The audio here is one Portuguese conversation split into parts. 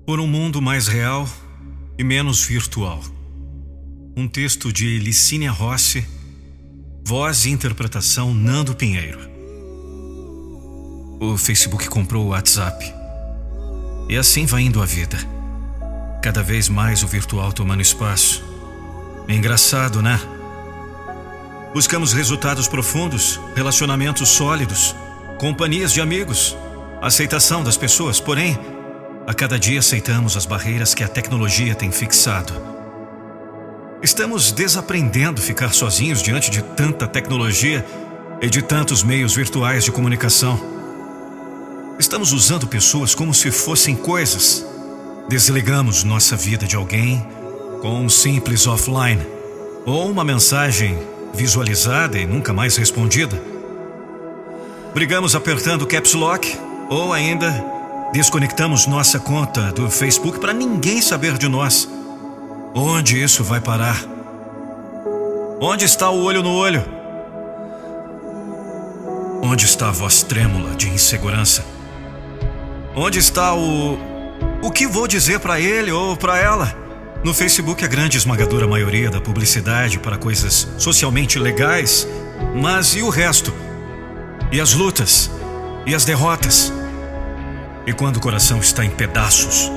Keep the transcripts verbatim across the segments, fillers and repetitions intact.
Por um mundo mais real e menos virtual. Um texto de Licínia Rossi, voz e interpretação Nando Pinheiro. O Facebook comprou o WhatsApp. E assim vai indo a vida. Cada vez mais o virtual tomando espaço. É engraçado, né? Buscamos resultados profundos, relacionamentos sólidos, companhias de amigos, aceitação das pessoas, porém, a cada dia aceitamos as barreiras que a tecnologia tem fixado. Estamos desaprendendo ficar sozinhos diante de tanta tecnologia e de tantos meios virtuais de comunicação. Estamos usando pessoas como se fossem coisas. Desligamos nossa vida de alguém com um simples offline ou uma mensagem visualizada e nunca mais respondida. Brigamos apertando o caps lock ou ainda desconectamos nossa conta do Facebook para ninguém saber de nós. Onde isso vai parar? Onde está o olho no olho? Onde está a voz trêmula de insegurança? Onde está o... O que vou dizer para ele ou para ela? No Facebook, a grande esmagadora maioria da publicidade para coisas socialmente legais, mas e o resto? E as lutas? E as derrotas? E quando o coração está em pedaços?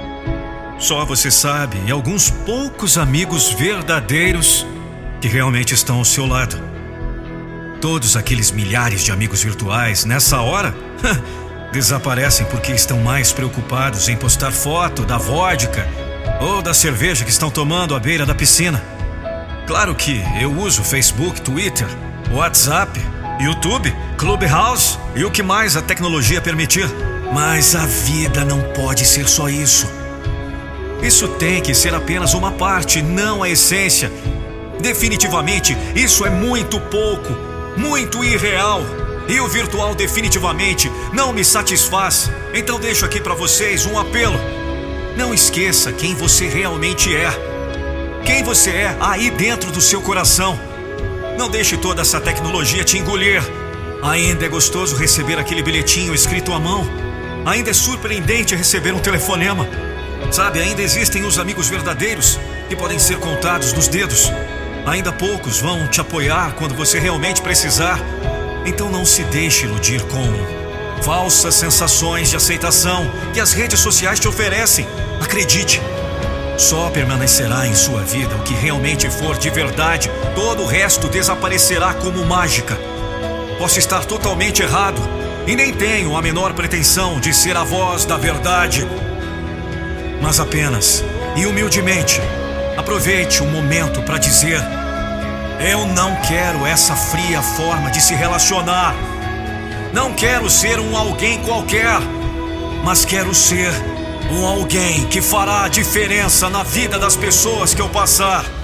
Só você sabe e alguns poucos amigos verdadeiros que realmente estão ao seu lado. Todos aqueles milhares de amigos virtuais, nessa hora, desaparecem porque estão mais preocupados em postar foto da vodka ou da cerveja que estão tomando à beira da piscina. Claro que eu uso Facebook, Twitter, WhatsApp, YouTube, Clubhouse e o que mais a tecnologia permitir. Mas a vida não pode ser só isso. Isso tem que ser apenas uma parte, não a essência. Definitivamente, isso é muito pouco, muito irreal. E o virtual definitivamente não me satisfaz. Então deixo aqui para vocês um apelo. Não esqueça quem você realmente é. Quem você é aí dentro do seu coração. Não deixe toda essa tecnologia te engolir. Ainda é gostoso receber aquele bilhetinho escrito à mão. Ainda é surpreendente receber um telefonema. Sabe, ainda existem os amigos verdadeiros que podem ser contados nos dedos. Ainda poucos vão te apoiar quando você realmente precisar. Então não se deixe iludir com falsas sensações de aceitação que as redes sociais te oferecem. Acredite, só permanecerá em sua vida o que realmente for de verdade. Todo o resto desaparecerá como mágica. Posso estar totalmente errado e nem tenho a menor pretensão de ser a voz da verdade. Mas apenas e humildemente aproveite o momento para dizer: eu não quero essa fria forma de se relacionar. Não quero ser um alguém qualquer, mas quero ser um alguém que fará a diferença na vida das pessoas que eu passar.